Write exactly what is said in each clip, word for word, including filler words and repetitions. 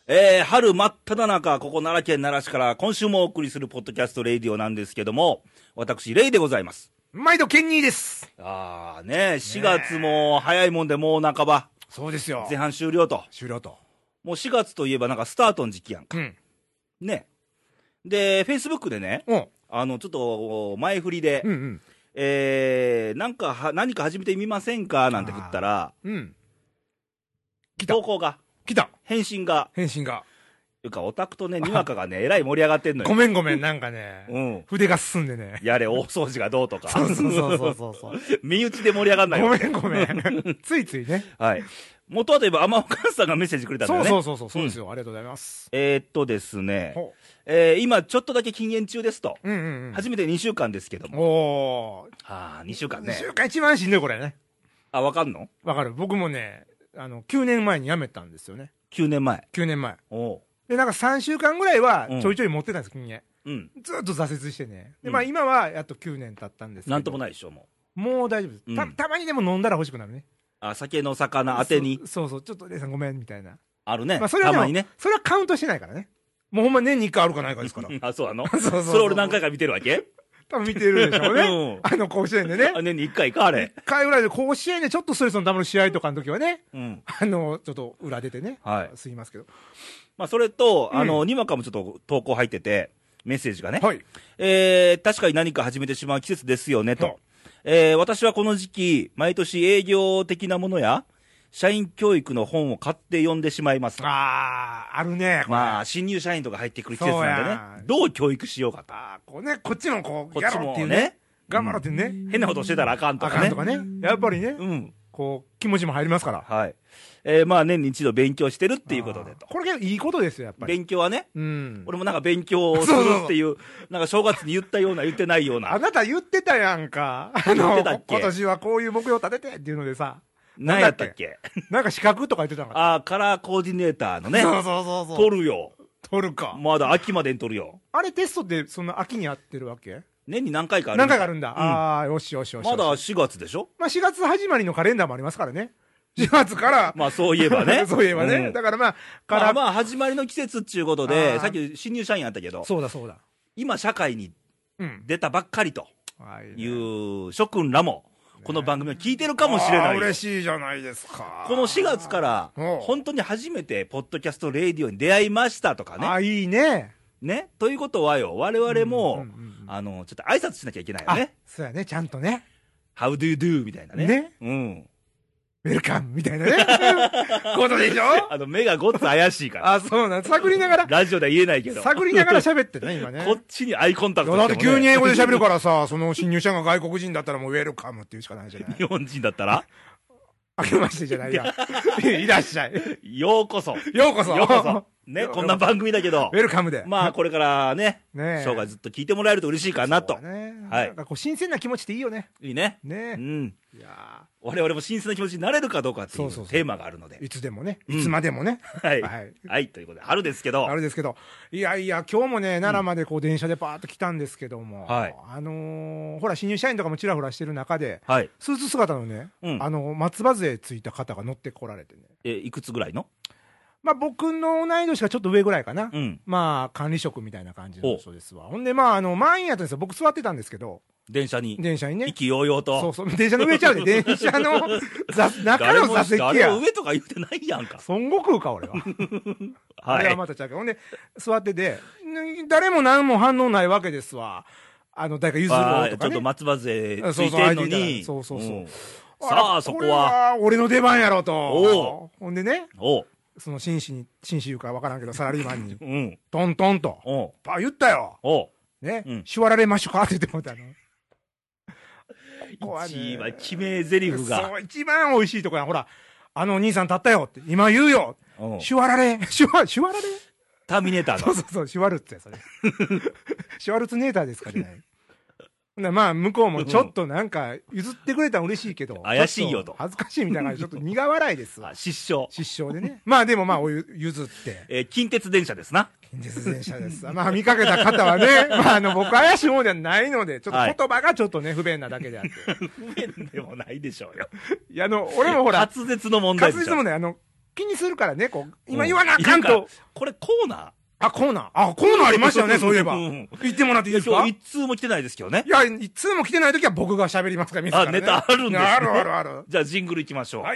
えー、春真っ只中、ここ奈良県奈良市から今週もお送りするポッドキャストレイディオなんですけども、私、レイでございます。 毎度ケンニーです。 あーね、しがつも早いもんでもう半ば。 そうですよ。 前半終了と。 終了と。 もうしがつといえばなんかスタートの時期やんか。 うん。 ね。で、フェイスブックでね、 うん。 あの、ちょっと前振りで、 うんうん。 えー、なんかは、何か始めてみませんかなんて振ったら、 うん。来た。 投稿が、 来た。 返信が、 返信が。 いうか、オタクとね、にわかがね、えらい盛り上がってんのよ。 ごめんごめん、なんかね、 うん。 筆が進んでね。 やれ、大掃除がどうとか。 そうそうそうそうそうそう。 身内で盛り上がんないごめんごめん。ついついね。 はい。元はといえば、天岡さんがメッセージくれたんだよね。 そうそうそうそう、そうですよ、うん。ありがとうございます。 えー、っとですね、えー、今、ちょっとだけ禁煙中ですと。 うんうんうん。 初めてにしゅうかんですけども。 おー。 ああ、にしゅうかんね。 にしゅうかん一番しんどい、これね。 あ、わかんの？ わかる。僕もね、あの、きゅうねんまえに辞めたんですよね。 きゅうねんまえ。 きゅうねんまえ。 おう。 で、なんかさんしゅうかんぐらいはちょいちょい持ってたんです、禁煙。うん。ずっと挫折してね。で、まあ今はやっときゅうねん経ったんですけど。 なんともないでしょ、もう。もう大丈夫です。た、たまにでも飲んだら欲しくなるね。 あ、酒の魚当てに。 そうそう、ちょっとレイさんごめん、みたいな。 あるね。 まあそれはたまにね。 それはカウントしてないからね。もうほんま年にいっかいあるかないかですから。 あ、そうなの？ そうそう。 それ俺何回か見てるわけ？ 多分見てるでしょうね。あの甲子園でね。 年にいっかいか、あれ。 いっかいぐらいで甲子園でちょっとストレスのための試合とかの時はね。 うん。 あの、ちょっと裏出てね。はい。すいますけど。 まあ、それと、あの、にわかもちょっと投稿入ってて、メッセージがね。 はい。 えー、確かに何か始めてしまう季節ですよね、と。えー、私はこの時期、毎年営業的なものや、社員教育の本を買って読んでしまいます。 ああ、あるね。 まあ、新入社員とか入ってくる季節なんでね。どう教育しようかと。 ああ、こうね、こっちもこう、こっちもね。頑張ろうってね。 変なことしてたらあかんとかね。 あかんとかね。やっぱりね。うん。こう、気持ちも入りますから。 はい。えー、まあ、年に一度勉強してるっていうことでと。 これいいことですよ、やっぱり。 勉強はね。 うん。 俺もなんか勉強をするっていう、なんか正月に言ったような、言ってないような。 あなた言ってたやんか。あの、今年はこういう目標立ててっていうのでさ。 何やったっけ？ なんか資格とか言ってたのかああ、カラーコーディネーターのね。 そうそうそうそう。 取るよ。 取るか。 まだ秋までに取るよ。 あれテストってそんな秋にやってるわけ？ 年に何回かある。 何回かあるんだ。ああ、よしよしよし。 まだしがつでしょ？ まあしがつ始まりのカレンダーもありますからね。しがつから。 まあそういえばね。 そういえばね。だからまあ、 から。まあ始まりの季節っていうことで、さっき新入社員あったけど。 そうだそうだ。 今社会に出たばっかりという諸君らも、この番組を聞いてるかもしれない。 嬉しいじゃないですか。 このしがつから、本当に初めて、ポッドキャストレイディオに出会いましたとかね。 あ、いいね。 ね。ということはよ、我々も、あの、ちょっと挨拶しなきゃいけないよね。 そうやね、ちゃんとね。 How do you do? みたいなね。 ね。 うん。 ウェルカムみたいなね。ことでしょ？ あの、目がごっつ怪しいから。 あ、そうなん。探りながら。 ラジオでは言えないけど。 探りながら喋ってね、今ね。 こっちにアイコンタクトしても、ね。だって急に英語で喋るからさ、その新入社員が外国人だったらもうウェルカムっていうしかないじゃない。 日本人だったらあけましてじゃないや。いらっしゃい。 ようこそ。 ようこそ。 ようこそ。ね、こんな番組だけど。 ウェルカムで。 まあ、これからね、生涯ずっと聞いてもらえると嬉しいかなと。はい。 なんかこう、新鮮な気持ちっていいよね。 いいね。 ね。 うん。いや我々も新鮮な気持ちになれるかどうかっていうテーマがあるので。 いつでもね。いつまでもね。 はい。はい。はい。ということで、春ですけど。 春ですけど。いやいや、今日もね、奈良までこう、電車でパーッと来たんですけども。はい。あの、ほら、新入社員とかもちらほらしてる中で、はい。スーツ姿のね、あの、松葉杖ついた方が乗ってこられてね。 え、いくつぐらいの？ まあ僕の同い年がちょっと上ぐらいかな。うん、まあ管理職みたいな感じの人ですわ。ほんでまああの満員やったんですよ。僕座ってたんですけど。 電車に。 電車にね。 意気揚々と。 そうそう。電車の上ちゃうで。電車の中の座席や。 誰も上とか言ってないやんか。 孫悟空か俺は。はい。あれはまたちゃうけど。ほんで座ってて、誰も何も反応ないわけですわ。あの誰か譲るとかね。 ちょっと松葉杖ついてんのに。 そうそうそう。 さあそこは。 俺の出番やろと。 おほんでね。 おその紳士に、紳士言うか分からんけど、サラリーマンに、うん、トントンと、パー言ったよ。おね、うん、しわられましょうかって言ってもらったの。 ここはね、一番、決め台詞が。 そう、一番美味しいとこや。ほら、あのお兄さん立ったよって、今言うよ。しわられ、しわ、しわられターミネーターの。 そうそうそう、シュワルツや、それ。シュワルツネーターですかじゃない。まあ、向こうもちょっとなんか、譲ってくれたら嬉しいけど。 怪しいよと。 恥ずかしいみたいな感じ、ちょっと苦笑いですわ。 失笑。 失笑でね。まあでもまあ、譲って。 えー、近鉄電車ですな。 近鉄電車です。まあ見かけた方はね、まああの、僕怪しい方ではないので、ちょっと言葉がちょっとね、不便なだけであって。 不便でもないでしょうよ。 いや、あの、俺もほら。 滑舌の問題でしょ。 滑舌の問題、あの、 気にするからね、こう、今言わなあかんと。 これコーナーあ、コーナーあ、コーナーありましたよね、そういえば。言ってもらっていいですか？ 一通も来てないですけどね。 いや、一通も来てないときは僕が喋りますから、自らね。 あ、ネタあるんですね。 あるあるある。 じゃあ、ジングルいきましょう。はい。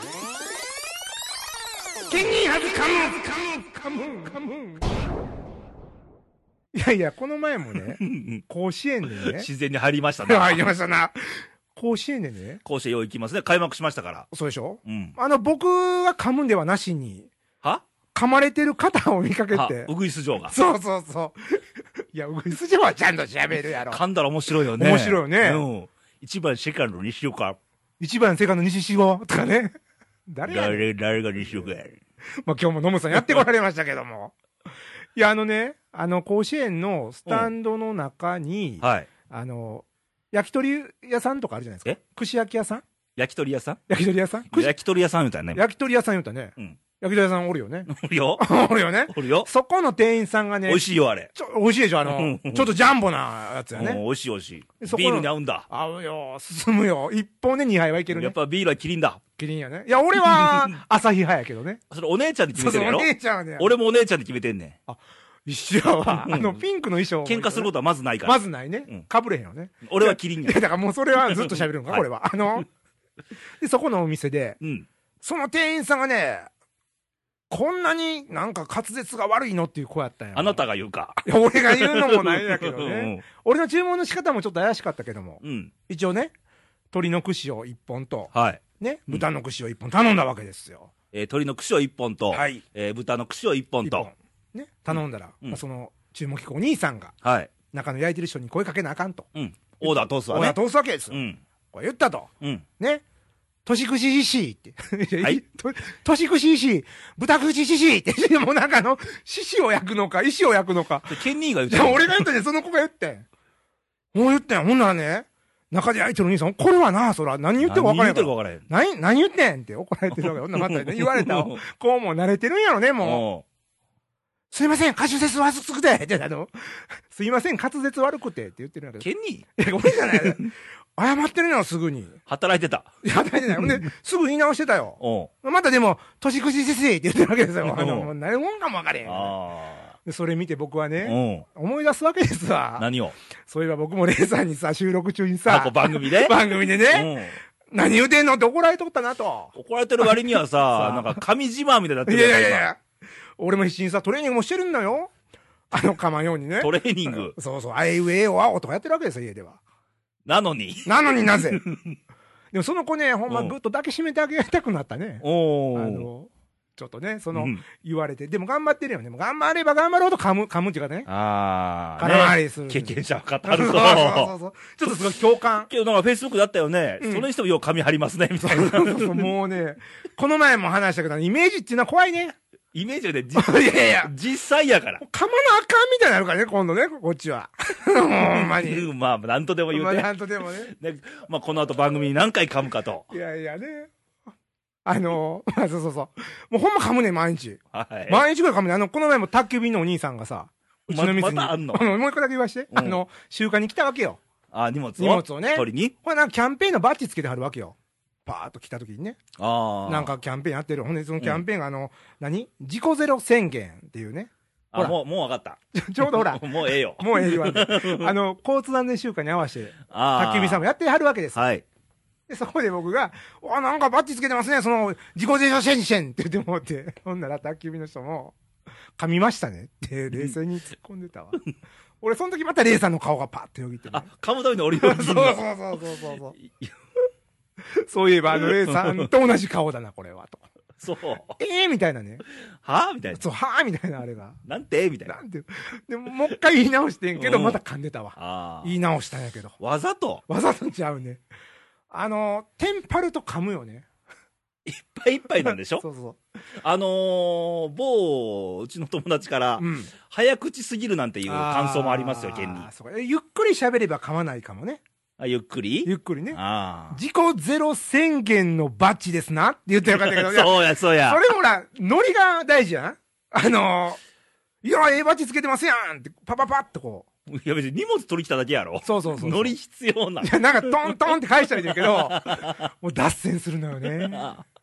ケニーハズカムカムカムカムいやいや、この前もね、甲子園でね。 自然に入りましたね。 入りましたな。甲子園でね。 甲子園よう行きますね。開幕しましたから。 そうでしょ？ うん。 あの、僕は噛むんではなしに。 は？ 噛まれてる方を見かけて。 ウグイス嬢が。 そうそうそう。いや、ウグイス嬢はちゃんと喋るやろ。 噛んだら面白いよね。 面白いよね。 うん。一番セカンドにしようか。 一番セカンド西しごとかね。誰や誰、誰が西しようか。 まあ今日もノムさんやってこられましたけども。いや、あのね、あの、甲子園のスタンドの中に、はい。あの、焼き鳥屋さんとかあるじゃないですか。え？串焼き屋さん？ 焼き鳥屋さん？ 焼き鳥屋さん？ 焼き鳥屋さん言うたね。 焼き鳥屋さん言うたね。うん。焼き鳥屋さんおるよね。 おるよ。 おるよね。 おるよ。 そこの店員さんがね。 美味しいよ、あれ。 ちょ、美味しいでしょ、あの、ちょっとジャンボなやつやね。 美味しい美味しい。ビールに合うんだ。 合うよ、進むよ。一本で二杯はいけるね。 やっぱビールはキリンだ。 キリンやね。いや、俺は、朝日派やけどね。 それお姉ちゃんで決めてるやろ？ お姉ちゃんはね。 俺もお姉ちゃんで決めてんねん。あ、 一緒は、あの、ピンクの衣装。 喧嘩することはまずないから。 まずないね。かぶれへんよね。 俺はキリンや。 いや、だからもうそれはずっと喋るんか、これは。あの、で、そこのお店で、その店員さんがね、こんなになんか滑舌が悪いのっていう子やったんや。 あなたが言うか。 いや、俺が言うのもないんやけどね。俺の注文の仕方もちょっと怪しかったけども。一応ね、鶏の串を一本と、ね、豚の串を一本頼んだわけですよ。 鶏の串を一本と、豚の串を一本と。 ね、頼んだら、その、注文聞くお兄さんが、中の焼いてる人に声かけなあかんと。 オーダー通すわね。 オーダー通すわけですよ。これ言ったと。ね。年越ししって。はい。年越しし、豚串ししって。もうなんかあの、獅子を焼くのか、石を焼くのか。 ケンニーが言ってん。 俺が言ったね、その子が言ってん。もう言ってん。ほんならね、中で焼いてるお兄さん、これはな、そら、何言ってるか分からへん。何言ってるか分からへん。何、何言ってんって怒られてるわけ。ほんなまたね、言われた。こうも慣れてるんやろね、もう。すいません、滑舌悪くて。って、あの、すいません、滑舌悪くて。って言ってるんだけど。ケンニーいや、ごめんじゃない。謝ってるのよ、すぐに。 働いてた。 働いてない。ほんで、すぐ言い直してたよ。またでも、年越しせせって言ってるわけですよ。あの、もう何もんかも分かれへん。で、それ見て僕はね、思い出すわけですわ。 何を？ そういえば僕もレイさんにさ、収録中にさ、 番組で番組でね、何言うてんのって怒られとったなと。 怒られてる割にはさ、なんか神自慢みたいになってる。 いやいやいや、俺も必死にさ、トレーニングもしてるんだよ。あの、かまんようにね。 トレーニングそうそう、あいうえおあおとかやってるわけですよ、家では。 なのに。 なのになぜでもその子ね、ほんまぐっと抱きしめてあげたくなったね。おあの、ちょっとね、その、うん、言われて。でも頑張ってるよね。も頑張れば頑張るほど噛む、噛むっていうかね。ああ。空回りする。 経験者は語ると。 そうそうそう。ちょっとすごい共感。 けどなんかフェイスブックだったよね。うん、その人もよう噛み張りますね、みたいな。 もうね、この前も話したけど、イメージっていうのは怖いね。 イメージで、いやいや、実際やから。 噛まなあかんみたいになるからね、今度ね、こっちは。ほんまに。 まあ、なんとでも言うて。 まあ、なんとでもね。 ねまあ、この後番組に何回噛むかと。 いやいやね。あの、まあ、そうそうそう。もうほんま噛むね、毎日。はい。毎日ぐらい噛むね。あの、この前も宅急便のお兄さんがさ、うちの店に。またあんのあの、もう一個だけ言わして。あの、集荷に来たわけよ。 あ、荷物を荷物をね。 取りにこれなんかキャンペーンのバッジつけてはるわけよ。パーッと来た時にね。ああ。なんかキャンペーンやってる。ほんで、そのキャンペーンがあの、何自己ゼロ宣言っていうね。 あ、もう、もう分かった。 ちょうどほら。 もうええよ。 もうええよ。あの、交通安全週間に合わせて、宅急便さんもやってはるわけです。はい。で、そこで僕が、あ、なんかバッジつけてますね、その、自己ゼロ宣言って言ってもって、ほんなら宅急便の人も、噛みましたねって冷静に突っ込んでたわ。俺、その時またレイさんの顔がパッとよぎって、ね。 あ、噛むために俺よぎるそうそうそうそうそうそう。そういえば、あの、レイさんと同じ顔だな、これは、と。 そう。 ええー、みたいなね。 はぁみたいな。 そう、はぁみたいな、あれが。 なんてみたいな。 なんて。でも、もう一回言い直してんけど、また噛んでたわ。あ言い直したんやけど。 わざとわざとちゃうね。あの、テンパると噛むよね。 いっぱいいっぱいなんでしょそうそう。 あのー、某、うちの友達から、うん、早口すぎるなんていう感想もありますよ、ケンに。 ゆっくり喋れば噛まないかもね。 あ、ゆっくりゆっくりね。ああ。自己ゼロ宣言のバッジですなって言ってよかったけど。 そうや、そうや。 それほら、ノリが大事やん。あのー、いや、ええバッジつけてますやんって、パパパッとこう。いや、別に荷物取り来ただけやろ。 そうそうそう。 ノリ必要な。 いや、なんかトントンって返したらいいけど、もう脱線するのよね。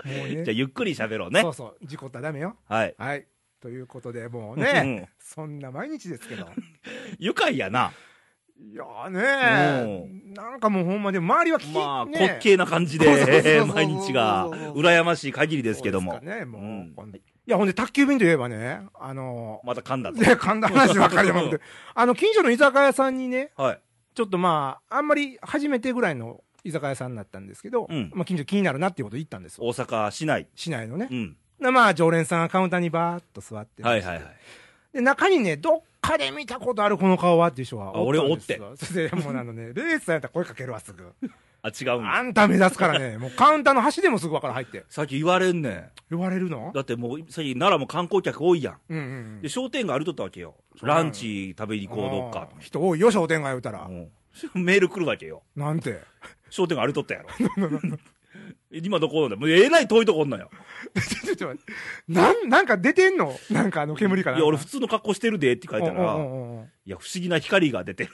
もうね。 じゃあゆっくり喋ろうね。 そうそう。事故ったらダメよ。 はい。 はい。ということで、もうね、そんな毎日ですけど。 愉快やな。 いやーねー、なんかもうほんまで周りはき、 まあ、 ね、 滑稽な感じで、毎日が、羨ましい限りですけども。 そうですかね、もう。うん、いや、ほんで、宅急便といえばね、あのー、 また噛んだと。 で、噛んだ話ばっかりでもあの、近所の居酒屋さんにね、 はい、ちょっとまあ、あんまり初めてぐらいの居酒屋さんになったんですけど、うん、まあ、近所気になるなっていうことを言ったんですよ。 大阪市内。 市内のね。 うん。 で、まあ、常連さんがカウンターにバーっと座ってはいはいはい。 で、中にね、どっかで見たことあるこの顔はっていう人はおったんですよ。俺おって。 それで、もうあのね、レースさんやったら声かけるわ、すぐ。 あ、違うんあんた目立つからね、もうカウンターの端でもすぐ分から入って。 さっき言われんねん。 言われるの？ だってもう、さっき奈良も観光客多いやん。 うんうんうん。 で、商店街歩いとったわけよ。ランチ食べに行こう、どっか。 人多いよ、商店街言うたら。 メール来るわけよ。 なんて？ 商店街歩いとったやろ。今どこなんだよ。もうえらい遠いとこおんのよ。 ちょっと待って。なん、なんか出てんの？なんかあの煙かな。 いや、俺普通の格好してるでって書いたら、いや、不思議な光が出てる。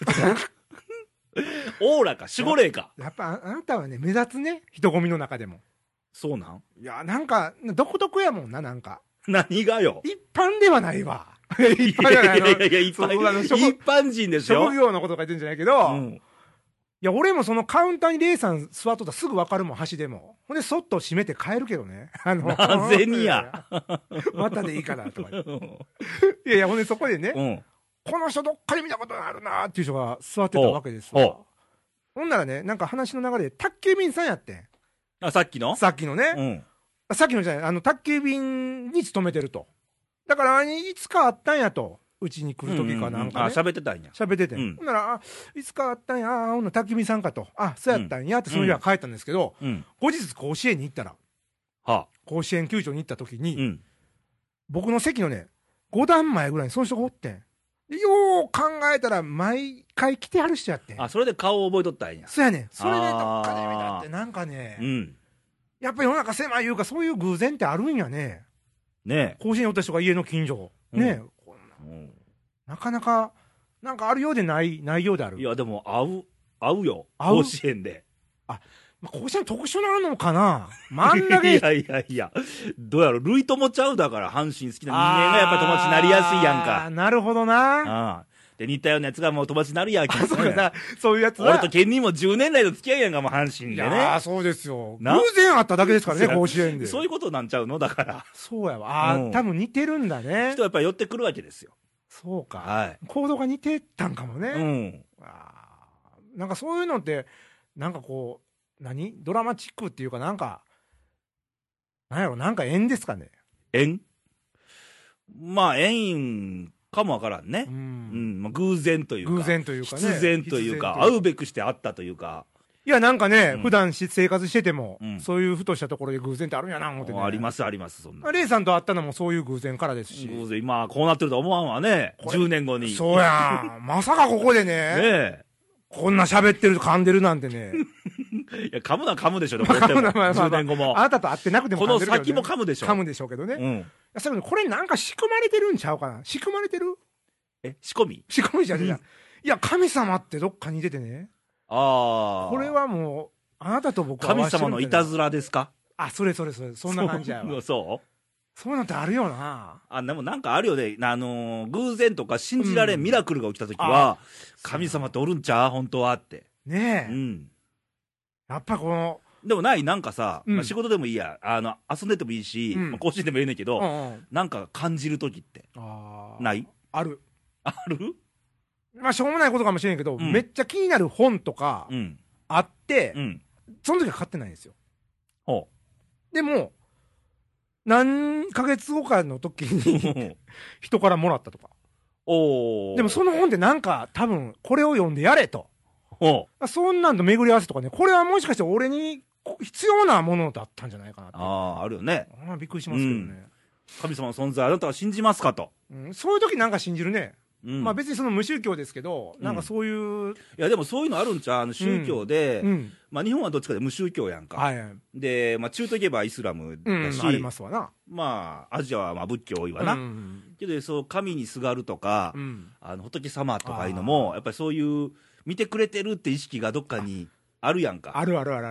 オーラか、守護霊か。 やっぱあなたはね、目立つね。人混みの中でも。 そうなん？ いや、なんか、独特やもんな、なんか。 何がよ。 一般ではないわ。一般じゃないの。いやいや、 一般、一般人ですよ。 職業のこと書いてるんじゃないけど、うん、いや、俺もそのカウンターにレイさん座っとったらすぐ分かるもん、端でも。ほんで、そっと閉めて帰るけどね。あの、 なぜにや。 またでいいかな、とか。いやいや、ほんでそこでね、うん、この人どっかで見たことあるなーっていう人が座ってたわけですわ。ほんならね、なんか話の流れで、宅急便さんやってん。 あ、さっきのさっきのね。うん、さっきのじゃない、あの、宅急便に勤めてると。だから、いつかあったんやと。うちに来る時かなんか、ね。 あ、喋ってたんや。 喋ってて。うん、ほんなら、あ、いつかあったんや、あ、ほんな宅急便さんかと。あ、そうやったんやって、その日は帰ったんですけど、うん、後日甲子園に行ったら、はあ、甲子園球場に行った時に、うん、僕の席のね、ご段前ぐらいにその人がおってん。でよう考えたら、毎回来てはる人やってん。 あ、それで顔を覚えとったんや。 そうやねん。それでどっかで見たって、なんかね、うん、やっぱり世の中狭いいうか、そういう偶然ってあるんやね。ねえ。甲子園におった人が家の近所。ねえ。うんなかなか、なんかあるようでない、ないようである。 いや、でも、合う、合うよ。甲子園で。 あ、まあ、甲子園特殊なのかな真ん中いやいやいや、どうやろ、類友ちゃうだから、阪神好きな人間がやっぱり友達になりやすいやんか。 あなるほどな。ああで、似たようなやつがもう友達になるやんけ。 そうかさ、そういうやつは。俺と県人もじゅうねん来の付き合いやんか、もう阪神でね。 ああ、そうですよ。偶然あっただけですからね、甲子園で。 そういうことなんちゃうのだから。 そうやわ。ああ、うん、多分似てるんだね。 人はやっぱり寄ってくるわけですよ。 そうか、 はい、 行動が似てたんかもね、 うん、 あなんかそういうのってなんかこう何ドラマチックっていうかなんかなんやろなんか縁ですかね縁まあ縁かもわからんね、うんうんまあ、偶然というか偶然というかね必然というか会うべくして会ったというかいやなんかね、うん、普段し生活してても、うん、そういうふとしたところで偶然ってあるんやな思ってねありますありますそんなレイさんと会ったのもそういう偶然からですし偶然今こうなってるとは思わんわねじゅうねんごにそうやんまさかここでねねこんな喋ってる噛んでるなんてねいや噛むのは噛むでしょどこってもじゅうねんごもあなたと会ってなくても噛んでるけど、ね、 この先も噛むでしょ噛むでしょうけどね、うん、それこれなんか仕組まれてるんちゃうかな仕組まれてるえ仕込み仕込みじゃねえ、うん、いや神様ってどっかにいててねああこれはもうあなたと僕は神様のいたずらですかあそれそれそれそんな感じやわそうそういうのってあるよなあでもなんかあるよねあのー、偶然とか信じられんミラクルが起きた時は、うん、神様っておるんちゃう本当はってねえ、うん、やっぱこのでもないなんかさ、うんまあ、仕事でもいいやあの遊んでてもいいし、うんまあ、甲子園でもいいねんけど、うんうん、なんか感じる時ってあないあるあるまあしょうもないことかもしれんけど、うん、めっちゃ気になる本とかあって、うん、その時は買ってないんですよ。ほうでも何ヶ月後かの時に人からもらったとかおでもその本でなんか多分これを読んでやれとそんなんと巡り合わせとかねこれはもしかして俺に必要なものだったんじゃないかなってあああるよねあびっくりしますけどね、うん、 神様の存在あなたは信じますかと、 うん、そういう時なんか信じるねうん、まあ別にその無宗教ですけど、なんかそういう、うん、いやでもそういうのあるんちゃうあの宗教で、うん、まあ日本はどっちかで無宗教やんか、はいはい、で、まあ、中東行けばイスラムだし、うん、 ありますわなまあアジアはまあ仏教多いわな、うん、けどそう神にすがるとか、うん、あの仏様とかいうのもやっぱりそういう見てくれてるって意識がどっかにあるやんかあるあるあるある、うん、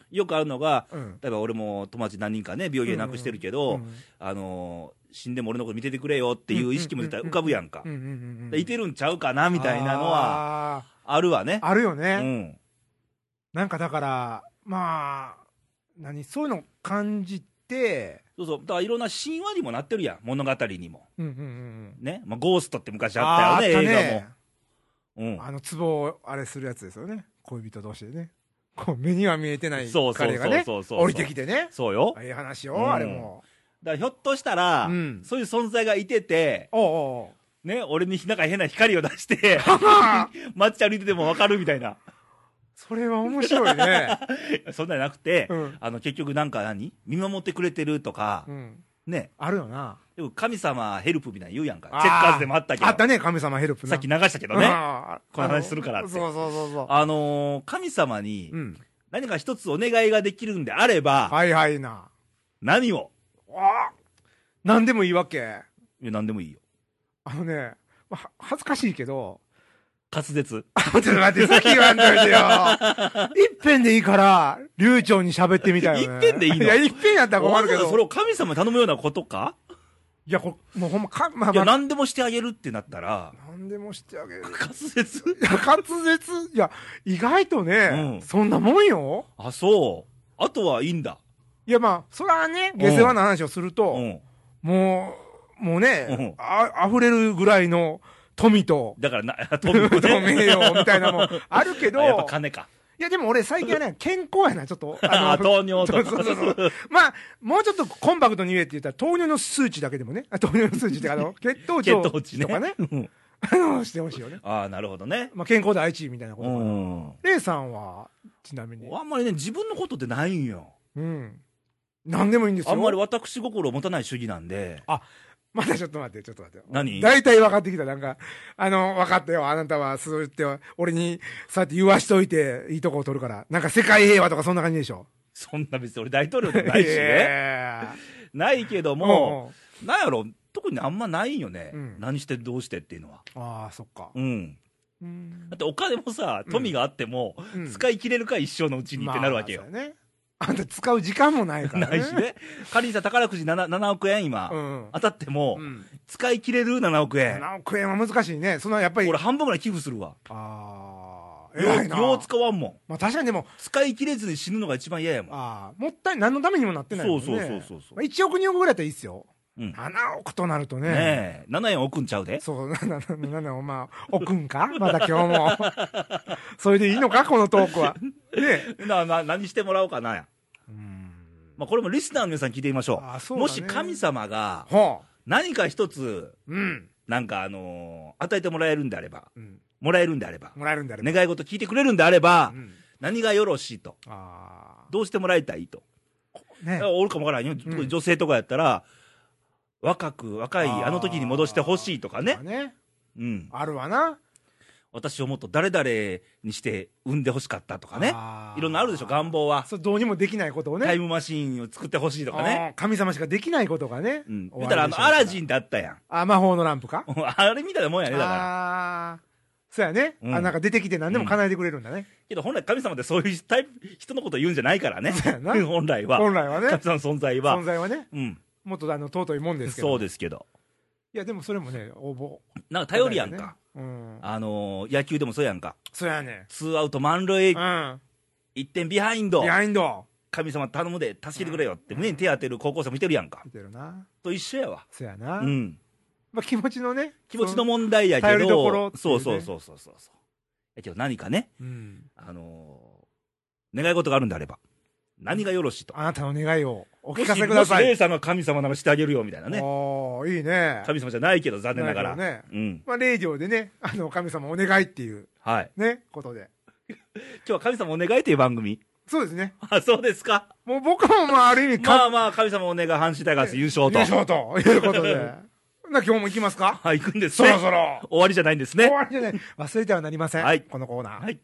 よくあるのが、うん、例えば俺も友達何人かね、病気で亡くしてるけど、うんうん、あのー、死んでも俺のこと見ててくれよっていう意識も絶対浮かぶやんか。いてるんちゃうかなみたいなのは、あるわね。 あるよね。うん、なんかだから、まあ、何、そういうの感じて、 そうそう、だからいろんな神話にもなってるやん、物語にも。うんうんうん、ね、まあ、ゴーストって昔あったよね、ね、映画も。 うん、あの壺をあれするやつですよね、恋人同士でね。こう目には見えてない彼がね降りてきてね。 そうよ、 ああいう話よ、うん、あれもだからひょっとしたら、うん、そういう存在がいてて、おうおう、ね、俺になんか変な光を出して街歩いてても分かるみたいな。 それは面白いねそんなんじゃなくて、うん、あの結局なんか何見守ってくれてるとか、うん、ね、 あるよな。 でも神様ヘルプみたいな言うやんか。チェッカーズでもあったけど。 あったね、神様ヘルプな。 さっき流したけどね。この話するからって。 そうそうそうそう。 あのー、神様に何か一つお願いができるんであれば、 はいはいな。 何を？ あ、何でもいいわけ。 いや、何でもいいよ。 あのね、まあ、恥ずかしいけど、 滑舌。 ちょっと待って、先言わんといてよ。一遍でいいから、流暢に喋ってみたいよね。 一遍でいいの？ いや、一遍やったら困るけど。 それを神様に頼むようなことか？ いや、これ、もうほんま、か、まあ、まあ、 いや、何でもしてあげるってなったら。 何でもしてあげる。 滑舌？ いや、滑舌、いや、意外とね、うん、そんなもんよ。 あ、そう。あとはいいんだ。 いや、まあ、それはね、下世話な話をすると、うん、もう、もうね、うん、あ、溢れるぐらいの、富と、 だからな、富と、 ね、名誉みたいなもんあるけど、 やっぱ金か。 いや、でも俺最近はね、健康やな、ちょっと。あの、糖尿とか。 そうそうそう。まあ、もうちょっとコンパクトに言えって言ったら、糖尿の数値だけでもね、糖尿の数値ってあの、血糖値とかね、あの、してほしいよね。 ああ、なるほどね。 まあ、健康第一みたいなことかな。レイさんは、ちなみに。 あんまりね、自分のことってないんよ。 うん。何でもいいんですよ。 あんまり私心を持たない主義なんで。 あ、まだちょっと待って、ちょっと待って。 何？ 大体分かってきた。なんか、あの、分かったよ。あなたは、そう言って、俺に、そうやって言わしといて、いいとこを取るから。なんか世界平和とかそんな感じでしょ。 そんな別に俺大統領でもないしね。ないけども、うん、なんやろ、特にあんまないよね。うん、何してどうしてっていうのは。 ああ、そっか。 うん。うん、だってお金もさ、富があっても、うん、使い切れるか一生のうちにってなるわけよ。 まあ、ね。あんた使う時間もないからね。 ないしね。仮にさ、宝くじ 7, 7億円今、うん、当たっても、うん、使い切れるななおくえん。 ななおくえんは難しいね。そんなやっぱり。 俺半分ぐらい寄付するわ。 ああ。偉いな。よう使わんもん。 まあ確かにでも。 使い切れずに死ぬのが一番嫌やもん。 ああ。もったい何のためにもなってないもんね。 そうそうそうそうそう、 まあ、いちおくにおくぐらいだったらいいっすよ。うん、ななおくとなるとね。ねえ。ななえん置くんちゃうで。 そう、ななえんをまあ、置くんかまだ今日も。それでいいのかこのトークは。 ねな、な、何してもらおうかなや。うん。まあこれもリスナーの皆さん聞いてみましょう。ああ、そうだね。もし神様が、何か一つ、うん。なんかあのー、与えてもらえるんであれば、うん、もらえるんであれば、 もらえるんであれば、 願い事聞いてくれるんであれば、うん、何がよろしいと。ああ。どうしてもらいたいと。ね。おるかもわからんよ。特に女性とかやったら、若く、若いあの時に戻してほしいとかね。ね。 うん。あるわな。 私をもっと誰々にして産んでほしかったとかね。いろんなあるでしょ、願望は。 そう、どうにもできないことをね。 タイムマシーンを作ってほしいとかね。 神様しかできないことがね。 うん。言ったら、あの、アラジンだったやん。 あ、魔法のランプかあれみたいなもんやね、だから。 ああ。そうやね。あ、なんか出てきて何でも叶えてくれるんだね。 けど本来神様ってそういうタイプ、人のこと言うんじゃないからね。そうやな。本来は。 本来はね。 神様の存在は。 存在はね。うん。もっとあの、尊いもんですけど。 そうですけど。 いや、でもそれもね、応募。 なんか頼りやんか。うん、あのー、野球でもそうやんか。 そうやね。 ツーアウト満塁。うん。いってんビハインド。 ビハインド。 神様頼むで、助けてくれよって、胸に手当てる高校生もいてるやんか。 見てるな。 と一緒やわ。 そうやな。うん。まあ気持ちのね。 気持ちの問題やけど。 頼りどころ、ね。 そうそうそうそうそう。やけど何かね、うん、あのー、願い事があるんであれば、何がよろしいと。 あなたの願いをお聞かせください。 もし、レイさんが神様ならしてあげるよ、みたいなね。 おー、いいね。 神様じゃないけど、残念ながら。 ね。うん。まあ、霊場でね、あの、神様お願いっていう。はい。ね、ことで。 今日は神様お願いっていう番組。 そうですね。 あ、そうですか。 もう僕もまあ、ある意味、 まあまあ、神様お願い、阪神タイガース優勝と。 優勝ということで。な、今日も行きますか？ はい、行くんですね。 そろそろ。 終わりじゃないんですね。 終わりじゃない。忘れてはなりません。はい。このコーナー。はい。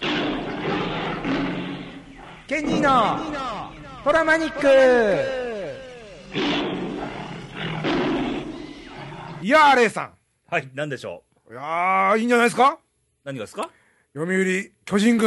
ケンジーのトラマニック。いやー、レイさん。 はい、なんでしょう。いやー、いいんじゃないですか？ 何がですか？ 読売巨人軍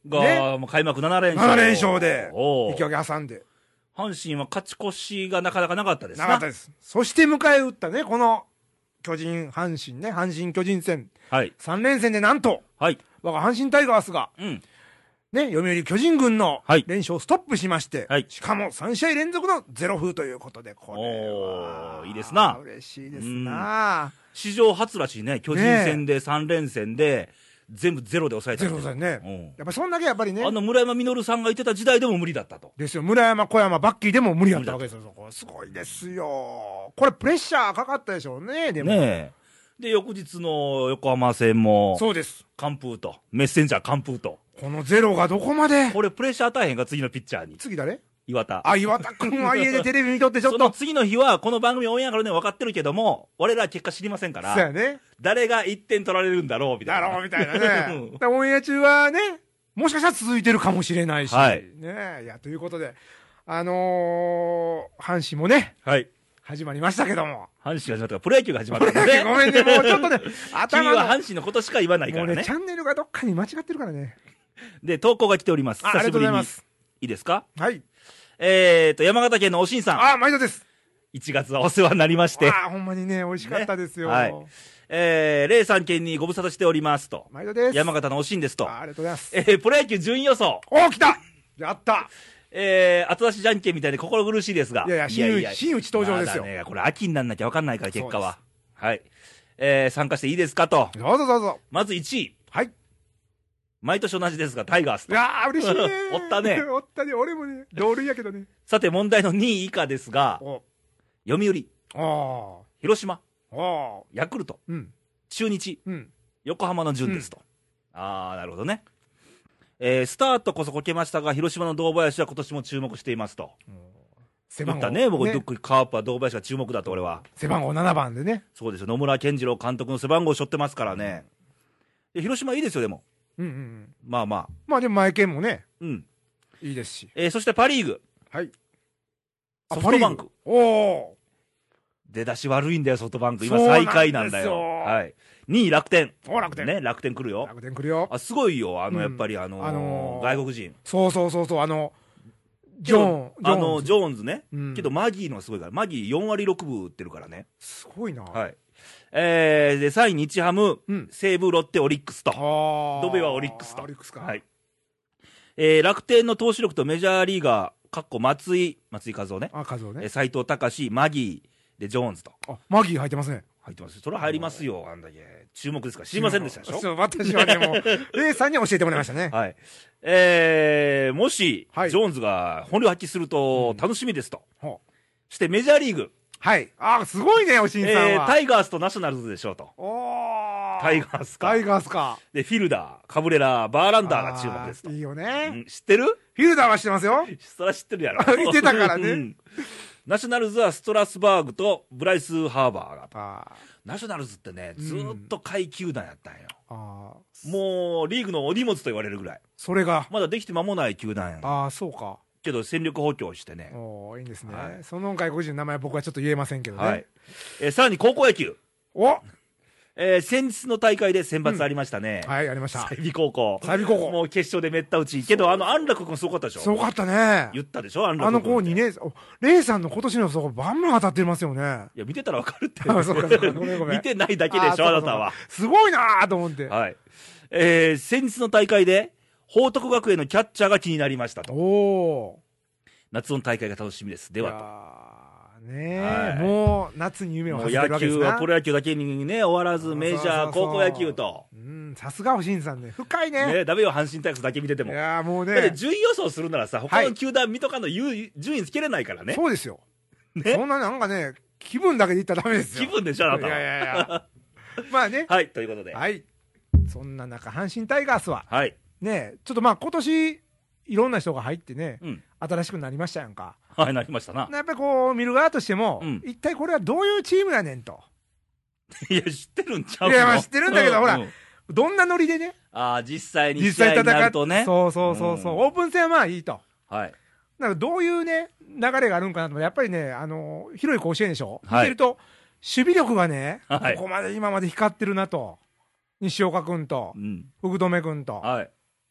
が、ね、もう開幕ななれんしょう。 ななれんしょうで、引き分け挟んで。 阪神は勝ち越しがなかなかなかったですな。 なかったです。そして迎え撃ったね、この巨人、阪神ね、阪神巨人戦。はい。さん連戦でなんと、はい。我が阪神タイガースが、うん。ね、読売巨人軍の連勝をストップしまして、はい、しかもさん試合連続のゼロ封ということで、これは。 おー、いいですな。 嬉しいですな。 史上初らしいね、巨人戦でさん連戦で、全部ゼロで抑えた。 ゼロだよね。うん、やっぱりそんだけやっぱりね。 あの村山実さんが言ってた時代でも無理だったと。 ですよ。村山、小山、バッキーでも無理だったわけですよ。すごいですよ。これプレッシャーかかったでしょうね、でも。ねえ。で、翌日の横浜戦も。 そうです。 完封と。メッセンジャー完封と。 このゼロがどこまで。 これプレッシャー大変が次のピッチャーに。 次誰？ 岩田。 あ、岩田君は家でテレビ見とってちょっと。その次の日は、この番組オンエアからね、分かってるけども、我らは結果知りませんから。 そうやね。 誰がいってん取られるんだろう、みたいな。 だろう、みたいなね。オンエア中はね、もしかしたら続いてるかもしれないし。はい。ねいや、ということで、あのー、阪神もね。はい。始まりましたけども。 阪神が始まったから、プロ野球が始まったからね。 ごめんね、もうちょっとね、 頭君は阪神のことしか言わないからね。もうね、 チャンネルがどっかに間違ってるからね。 で、投稿が来ております。 あ、ありがとうございます。 いいですか？ はい。 えーと、山形県のおしんさん。 あ、毎度です。 いちがつはお世話になりまして。 あ、ほんまにね、美味しかったですよ。ね、はい。 えー、レイさん県にご無沙汰しておりますと。 毎度です。 山形のおしんですと。 あ、ありがとうございます。 えー、プロ野球順位予想。 おー、来たやったえー、後出しじゃんけんみたいで心苦しいですが。 いやいや、新内、新内登場ですよ。 まだね、これ秋になんなきゃ分かんないから、結果は。はい。えー、参加していいですかと。 どうぞどうぞ。 まずいちい。 はい。 毎年同じですが、タイガースと。 いやー、嬉しいねおったね。 おったね。俺もね、同類やけどね。 さて、問題のにい以下ですが、読売、 あ広島、 あヤクルト、 うん、 中日、 うん、 横浜の順ですと。うん、ああ、なるほどね。えー、スタートこそこけましたが、広島の堂林は今年も注目していますと。背番号言ったね、僕、ね、カープは堂林が注目だと、俺は。 背番号ななばんでね。 そうですよ、野村健次郎監督の背番号を背負ってますからね。で広島いいですよ、でも。 うんうんうん、 まあまあ。 まあでも、前剣もね、 うん、 いいですし。 えー、そしてパ・リーグ。 はい。 ソフトバンク。 おお。 出だし悪いんだよ、ソフトバンク。今最下位なんだよ。はい。にい楽天。 お楽天。 ね、楽天来るよ。 楽天来るよ。 あ、すごいよ。あの、やっぱりあの、あの外国人。 そうそうそうそう、あの、ジョーン、 あの、ジョーンズね。けど、マギーのすごいから。マギーよんわりろくぶ打ってるからね。 すごいな。 はい。えー、で、さんい日ハム、西武、ロッテ、オリックスと。ドベはオリックスと。 オリックスか。 はい。えー、楽天の投手力とメジャーリーガー、かっこ松井、松井和夫ね。 あ、和夫ね。 斎藤隆、マギー、で、ジョーンズと。 あ、マギー入ってますね。 入ってます。それは入りますよ、あんだけ。注目ですから。知りませんでしたでしょ。 そう、私はね、もう、レイさんに教えてもらいましたね。 はい。えー、もし、はい、ジョーンズが本領発揮すると楽しみですと。うん、そしてメジャーリーグ。 はい。あ、すごいね、おしんさんは。えー、 タイガースとナショナルズでしょうと。 おー。 タイガースか。 タイガースか。 で、フィルダー、カブレラ、バーランダーが注目ですと。 いいよね、 うん。知ってる？ フィルダーは知ってますよ。 そりゃ知ってるやろ。 言ってたからね。うん、 ナショナルズはストラスバーグとブライス・ハーバーが。あナショナルズってね、ずーっと下位球団やったんよ。あもう、リーグのお荷物と言われるぐらい。 それが。 まだできて間もない球団やん。 ああ、そうか。 けど戦力補強してね。 おー、いいんですね。はい、その外国人の名前は僕はちょっと言えませんけどね。はい。 えー、さらに高校野球。 おえー、先日の大会で選抜ありましたね。 うん、はい、ありました。 済美高校。 済美高校。 もう決勝でめった打ち。けど、あの、安楽君すごかったでしょ。 すごかったね。 言ったでしょ、安楽君。 あの子にね、レイさんの今年のそこ、バンバン当たってますよね。 いや、見てたらわかるって。 あ、そうか、そうか、ごめんごめん。 見てないだけでしょ、あなたは。 すごいなーと思って。 はい。えー、先日の大会で、報徳学園のキャッチャーが気になりましたと。 おー。 夏の大会が楽しみです。ではと。 ねえ、はい、もう夏に夢を馳せてるわけですな。 野球はプロ野球だけにね、終わらず、メジャー、高校野球と。 うん、さすがおしんさんね。深いね。 ねダメよ、阪神タイガースだけ見てても。 いやもうね。 だって順位予想するならさ、他の球団見とかの順位つけれないからね。 そうですよ。ね。そんななんかね、気分だけで言ったらダメですよ。 気分でしょ、あなたは。 いやいやいや。まあね。 はい、ということで。 はい。そんな中、阪神タイガースは。 はい。 ねちょっとまあ今年、いろんな人が入ってね、うん、新しくなりましたやんか。 はい、なりましたな。 やっぱりこう、見る側としても、うん、一体これはどういうチームやねんと。 いや、知ってるんちゃうの？ いや、まあ知ってるんだけど、ほら、どんなノリでね。 ああ、実際に試合になるとね。 そうそうそうそう、うん、オープン戦はまあいいと。はい。なんかどういうね、流れがあるんかなと。やっぱりね、あの、広い甲子園でしょ。はい、見てると、守備力がね、はい、ここまで今まで光ってるなと。西岡君と、うん、福留君と。はい。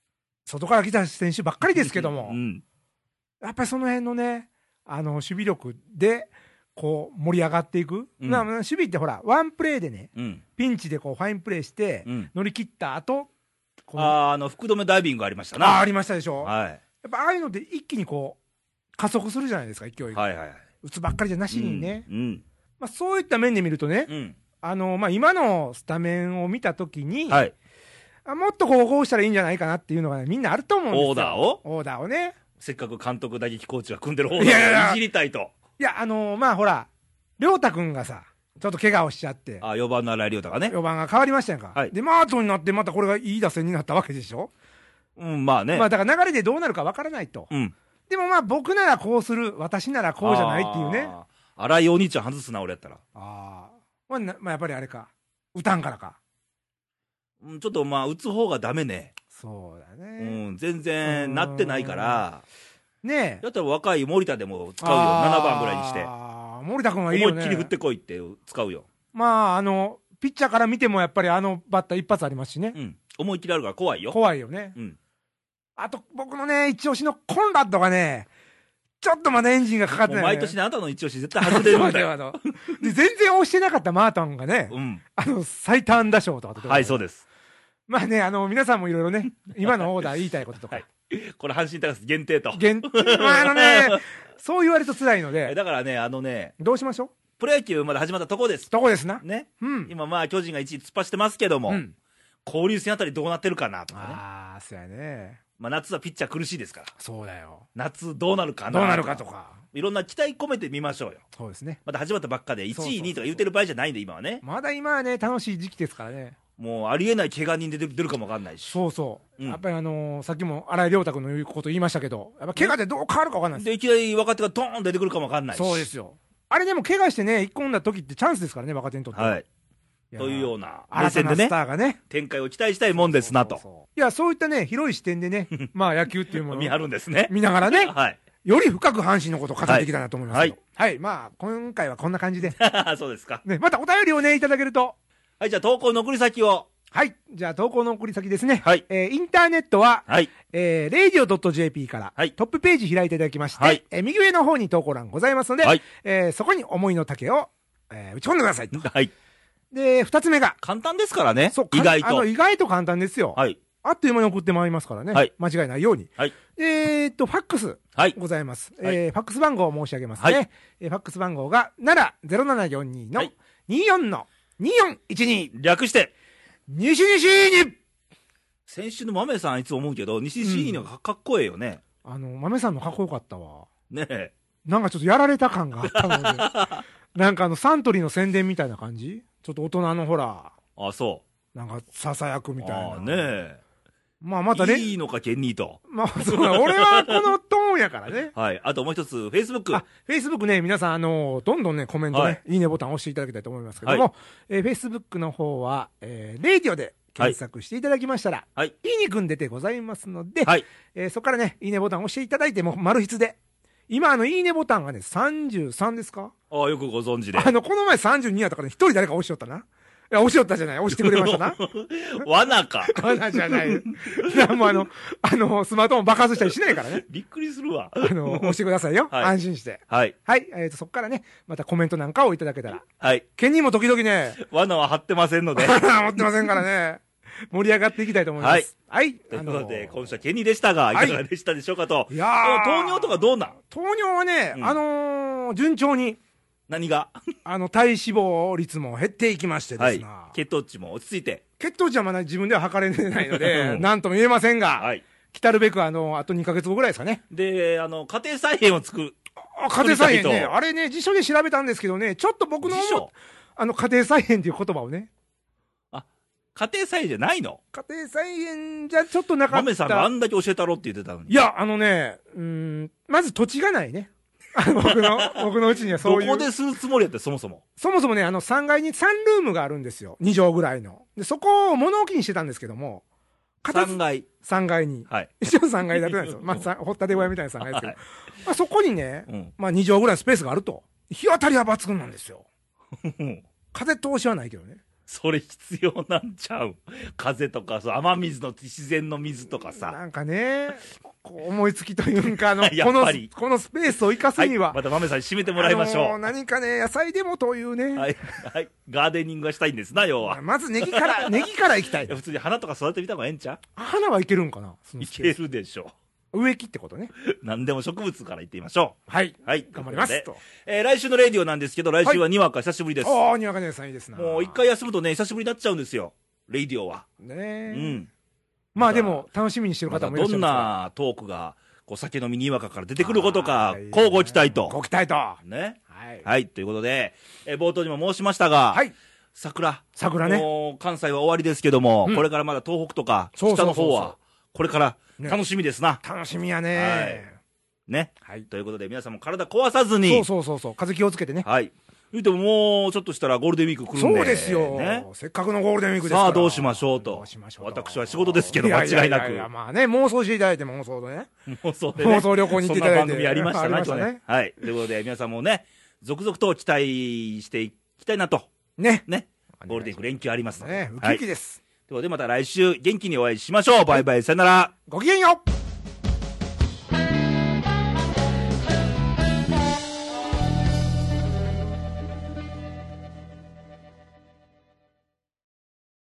外から来た選手ばっかりですけども、 うん、 やっぱりその辺のね、あの守備力でこう盛り上がっていく、うん、まあ、守備ってほら、ワンプレーでね、うん、ピンチでこうファインプレーして、乗り切った後、 うん、ああの福留ダイビングありましたな。 あありましたでしょ、 はい、 やっぱああいうので一気にこう加速するじゃないですか、勢いが、はいはいはい、打つばっかりじゃなしにね、うんうん、まあ、そういった面で見るとね、うん、あのまあ、今のスタメンを見たときに、はい、もっとこうこうしたらいいんじゃないかなっていうのが、ね、みんなあると思うんですよ。 オーダーをオーダーをね、 せっかく監督打撃コーチが組んでるオーダーをいじりたいと。 いや、あのー、まあほら、亮太君がさ、ちょっと怪我をしちゃって、 あよばんの新井亮太がね、 よばんが変わりましたやんか、はい、で、まあ後になって、またこれがいい打線になったわけでしょ、 うん、まあね、 まあだから流れでどうなるかわからないと、うん、でもまあ、僕ならこうする、私ならこうじゃないっていうね、 新井お兄ちゃん外すな、俺やったら、 あ、まあ、まあ、やっぱりあれか、打たんからか、 うん、ちょっとまあ、打つ方がダメね、 そうだね、 うん、全然なってないから。 ねえ、 だったら若い森田でも使うよ、ななばんぐらいにして、 森田君はいいよね、 思いっきり振ってこいって使うよ。 まあ、あのピッチャーから見てもやっぱりあのバッター一発ありますしね、 うん、思いっきりあるから怖いよ、 怖いよね、うん、あと僕のね、一押しのコンラッドがね、ちょっとまだエンジンがかかってない、ね、 毎年ね、あなたの一押し絶対外れるんだよで全然押してなかったマートンがね、うん、あの最多安打賞とかって、 はい、そうです。 まあね、あの皆さんもいろいろね、今のオーダー言いたいこととか、はい、 これ阪神タイガース限定と限定、まあ、あのねそう言われると辛いので、 だからね、あのね、 どうしましょう、 プロ野球まだ始まったとこですとこですな、 ね、うん、今まあ巨人がいちい突っ走ってますけども、うん、交流戦あたりどうなってるかなとかね、 ああそうやね、 まあ、夏はピッチャー苦しいですから、 そうだよ、 夏どうなるかな、 どうなるかとか、 いろんな期待込めてみましょうよ。そうですね、まだ始まったばっかでいちいにいとか言ってる場合じゃないんで、今はね、 まだ今はね楽しい時期ですからね、 もうありえない怪我人で出るかもわかんないし、 そうそう、うん、やっぱりあのー、さっきも新井亮太君の言うこと言いましたけど、やっぱ怪我でどう変わるかわかんないです、 でいきなり若手がドーン出てくるかもわかんないし、 そうですよ、あれでも怪我してね、一個んだ時ってチャンスですからね、若手にとっては、はい、 というような目線でね、 スターがね、 展開を期待したいもんですなと。そうそうそう、 いや、そういったね、広い視点でね、まあ野球っていうものを見張るんですね、 見ながらね、 はい、 より深く阪神のことを語っていきたいなと思いますけど、はい、はい、まあ今回はこんな感じでそうですか、 ね、またお便りをねいただけると、 はい、じゃあ投稿の送り先を、 はい、じゃあ投稿の送り先ですね、はい、えー、インターネットは、はい、えー、レイディオ ドット ジェーピー から、はい、トップページ開いていただきまして、はい、えー、右上の方に投稿欄ございますので、はい、えー、そこに思いの丈を、えー、打ち込んでくださいと、はい、でふたつめが簡単ですからね、意外とあの意外と簡単ですよ、はい、あっという間に送ってまいりますからね、はい、間違いないように、はい、えー、っとファックスございます、はい、えー、ファックス番号を申し上げますね、はい、えー、ファックス番号がなな ゼロななよんにのにじゅうよんのにじゅうよんいちに、 略して西西に。 先週の豆さんいつも思うけど、西西にのがかっこええよね、 うん、あの豆さんのかっこよかったわねえ、 なんかちょっとやられた感があったのでなんかあのサントリーの宣伝みたいな感じ、ちょっと大人のほら、 あ、そうなんかささやくみたいな、 あねえ、 まあまたね、 いいのかケンニーと、 まあそう俺はこのトーンやからねはい、あともう一つフェイスブック、 あフェイスブックね、皆さんあのどんどんねコメントね、はい、いいねボタン押していただきたいと思いますけども、はい、えー、フェイスブックの方は、えー、レイディオで検索していただきましたら、はい、いいねくん出てございますので、はい、えー、そこからねいいねボタン押していただいても丸筆で、今あのいいねボタンがねさんじゅうさんですか、 ああよくご存知で、 あのこの前さんじゅうにやったから一人誰か押しよったな、いや押しよったじゃない、押してくれましたな罠か罠じゃないいやもうあのあのスマートフォン爆発したりしないからねびっくりするわ、 あの押してくださいよ、はい、安心してはい、はい、えー、とそこからねまたコメントなんかをいただけたら、はい、ケンにも時々ね罠は張ってませんので張ってませんからね盛り上がっていきたいと思います。はい。はい、 ということで、今週はケニーでしたが、いかがでしたでしょうかと。いやー。糖尿とかどうなん？ 糖尿はね、うん、あのー、順調に。 何があの、体脂肪率も減っていきましてですね。 はい、血糖値も落ち着いて。 血糖値はまだ自分では測れないので、なんとも言えませんが、はい。来たるべく、あの、あとにかげつごぐらいですかね。 で、あの、家庭菜園を作る。 あ、家庭菜園ね。あれね、辞書で調べたんですけどね、ちょっと僕の、あの、家庭菜園っていう言葉をね、 家庭菜園じゃないの？ 家庭菜園じゃちょっとなかった。 豆さんがあんだけ教えたろって言ってたのに。 いや、あのね、うん、まず土地がないね。僕の、僕のうちにはそういう。 どこでするつもりやって、そもそも。 そもそもね、あのさんがいにサンルームがあるんですよ。にじょうぐらいの。で、そこを物置にしてたんですけども。 さんがい。 さんがいに。はい。一応さんがい建てなんですよ。まあ、掘ったて小屋みたいなさんがいですけど。はい、まあ、そこにね、うん、まあにじょうぐらいのスペースがあると。日当たりは抜群なんですよ。風通しはないけどね。 それ必要なんちゃう？風とか、雨水の自然の水とかさ。 なんかね、こう思いつきというか、あのこの、このスペースを生かすには。はい、 また豆さんに締めてもらいましょう。あのー、 何かね、野菜でもというね。 はい。はい。ガーデニングがしたいんですな、要は。 まずネギから、ネギから行きたい。 普通に花とか育ててみた方がええんちゃう？ 花はいけるんかな？ いけるでしょう。 植木ってことね。 何でも植物から言ってみましょう。はい。 はい。 頑張りますと。 えー、来週のレディオなんですけど、来週はにわか久しぶりです。 ああ、にわか姉さんいいですな。 もう一回休むとね、久しぶりになっちゃうんですよ。レディオは。 ねえ。 うん。 まあでも、楽しみにしてる方もいらっしゃいます。 どんなトークが、こう、酒飲みにわかから出てくることか、こうご期待と。 ご期待と。 ね。はい。はい。ということで、えー、冒頭にも申しましたが、はい。桜。 桜ね。 もう、関西は終わりですけども、これからまだ東北とか、北の方は、これから楽しみですな。 楽しみやね。 ね。はい。ということで、皆さんも体壊さずに。 そうそうそうそう。風気をつけてね。 はい。言うてももうちょっとしたらゴールデンウィーク来るんで。 そうですよ。ね。せっかくのゴールデンウィークですから。 さあどうしましょうと。どうしましょう。私は仕事ですけど、間違いなく。いやまあね、妄想していただいて妄想でね。 妄想で妄想旅行に行っていただいて。 そんな番組ありましたね。はい。ということで、皆さんもね、続々と期待していきたいなと。 ね。 ね。ゴールデンウィーク連休ありますので。 ね、ウキウキです。 ということで、また来週元気にお会いしましょう。バイバイ、さよなら。 ごきげんよう。